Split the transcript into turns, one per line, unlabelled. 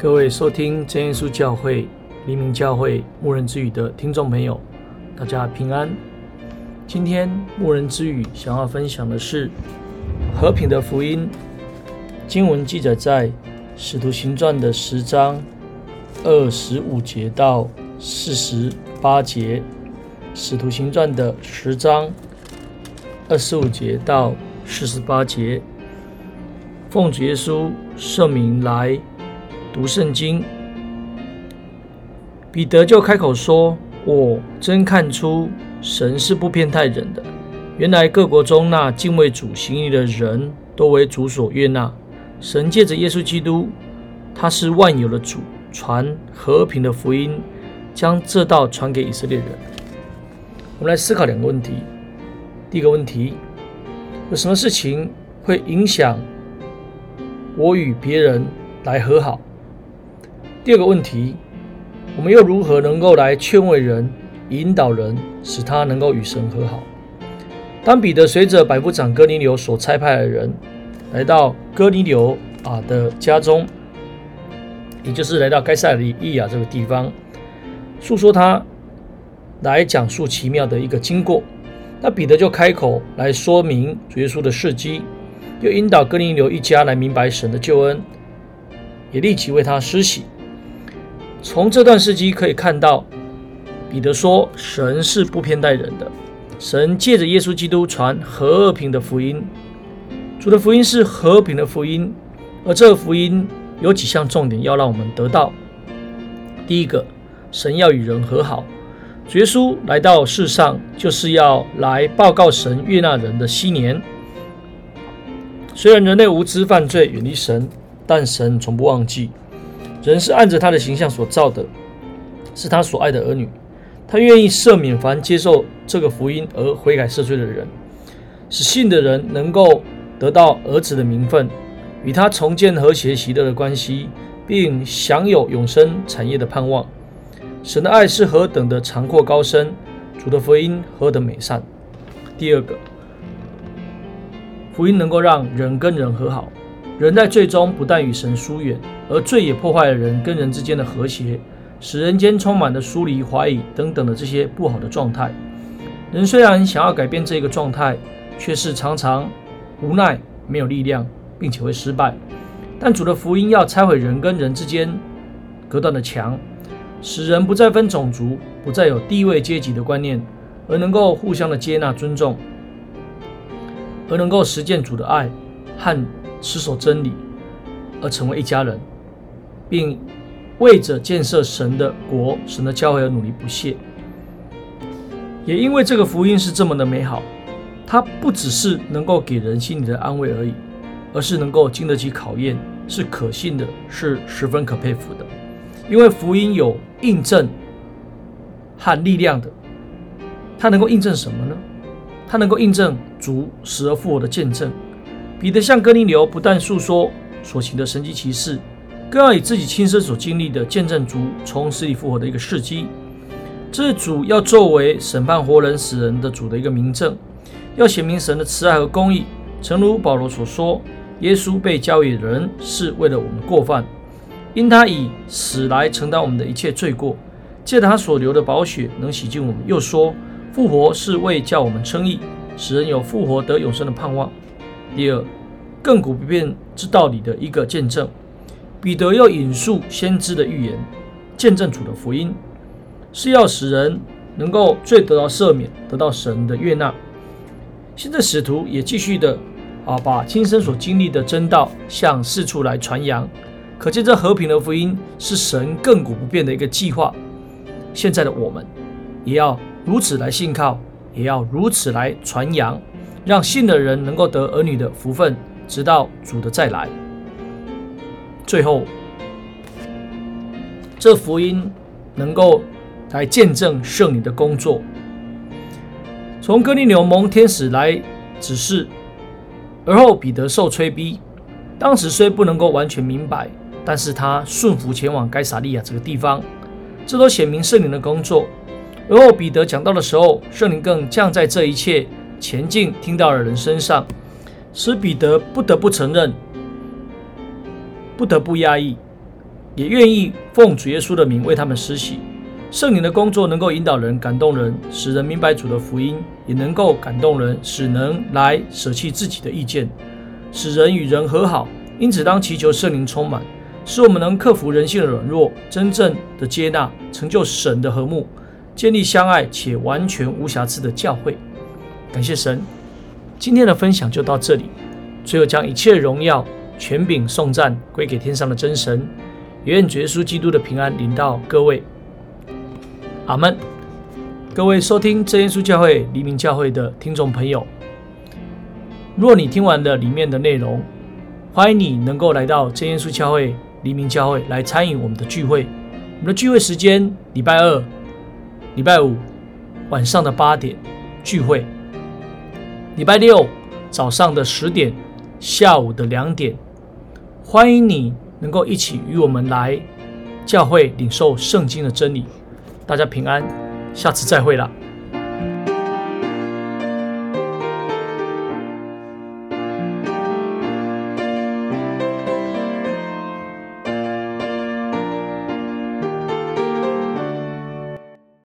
各位收听真耶稣教会黎明教会牧人之语的听众朋友，大家平安。今天牧人之语想要分享的是和平的福音。经文记载在使徒行传的10章25节到48节，使徒行传的10章25节到48节。奉主耶稣圣名来读圣经。彼得就开口说：我真看出神是不偏待人的，原来各国中那敬畏主行义的人都为主所悦纳。神借着耶稣基督，他是万有的主，传和平的福音，将这道传给以色列人。我们来思考两个问题。第一个问题，有什么事情会影响我与别人来和好？第二个问题，我们又如何能够来劝慰人、引导人，使他能够与神和好？当彼得随着百夫长哥尼流所差派的人来到哥尼流的家中，也就是来到该撒利亚这个地方，诉说他来讲述奇妙的一个经过，那彼得就开口来说明主耶稣的事迹，又引导哥尼流一家来明白神的救恩，也立即为他施洗。从这段事迹可以看到，彼得说神是不偏待人的，神借着耶稣基督传和平的福音。主的福音是和平的福音，而这个福音有几项重点要让我们得到。第一个，神要与人和好。主耶稣来到世上，就是要来报告神悦纳人的禧年。虽然人类无知犯罪，远离神，但神从不忘记人是按着他的形象所造的，是他所爱的儿女。他愿意赦免凡接受这个福音而悔改赦罪的人，使信的人能够得到儿子的名分，与他重建和谐喜乐的关系，并享有永生产业的盼望。神的爱是何等的长阔高深，主的福音何等美善。第二个，福音能够让人跟人和好。人在罪中不但与神疏远，而罪也破坏了人跟人之间的和谐，使人间充满了疏离、怀疑等等的这些不好的状态。人虽然想要改变这个状态，却是常常无奈、没有力量，并且会失败。但主的福音要拆毁人跟人之间隔断的墙，使人不再分种族，不再有地位阶级的观念，而能够互相的接纳、尊重，而能够实践主的爱和持守真理，而成为一家人，并为着建设神的国、神的教会而努力不懈。也因为这个福音是这么的美好，它不只是能够给人心里的安慰而已，而是能够经得起考验，是可信的，是十分可佩服的。因为福音有印证和力量的。它能够印证什么呢？它能够印证主死而复活的见证。彼得向哥尼流不但述说所行的神迹奇事，更要以自己亲身所经历的见证主从死里复活的一个事迹。这是主要作为审判活人死人的主的一个明证，要显明神的慈爱和公义。诚如保罗所说，耶稣被交给人是为了我们的过犯，因他以死来承担我们的一切罪过，借着他所流的宝血能洗净我们。又说复活是为叫我们称义，使人有复活得永生的盼望。第二，亘古不变之道理的一个见证。彼得又引述先知的预言，见证主的福音，是要使人能够罪得到赦免，得到神的悦纳。现在使徒也继续的把亲身所经历的真道向四处来传扬，可见这和平的福音是神亘古不变的一个计划。现在的我们也要如此来信靠，也要如此来传扬，让信的人能够得儿女的福分，直到主的再来。最后，这福音能够来见证圣灵的工作。从哥尼流蒙天使来指示，而后彼得受催逼，当时虽不能够完全明白，但是他顺服前往该撒利亚这个地方，这都显明圣灵的工作。而后彼得讲道的时候，圣灵更降在这一切前进听到的人身上，使彼得不得不承认，不得不压抑， 也愿意奉主耶稣的名为他们施洗。圣灵的工作能够引导人、感动人，使人明白主的福音，也能够感动人，使人来舍弃自己的意见，使人与人和好。因此当祈求圣灵充满，使我们能克服人性的软弱，真正的接纳，成就神的和睦，建立相爱且完全无瑕疵的教会。感谢神，今天的分享就到这里。最后将一切荣耀、权柄、颂赞归给天上的真神，也愿主耶稣基督的平安临到各位。阿们。各位收听真耶稣教会黎明教会的听众朋友，若你听完了里面的内容，欢迎你能够来到真耶稣教会黎明教会来参与我们的聚会。我们的聚会时间礼拜二、礼拜五晚上的8点聚会，礼拜六早上的10点，下午的2点。欢迎你能够一起与我们来教会领受圣经的真理。大家平安，下次再会啦。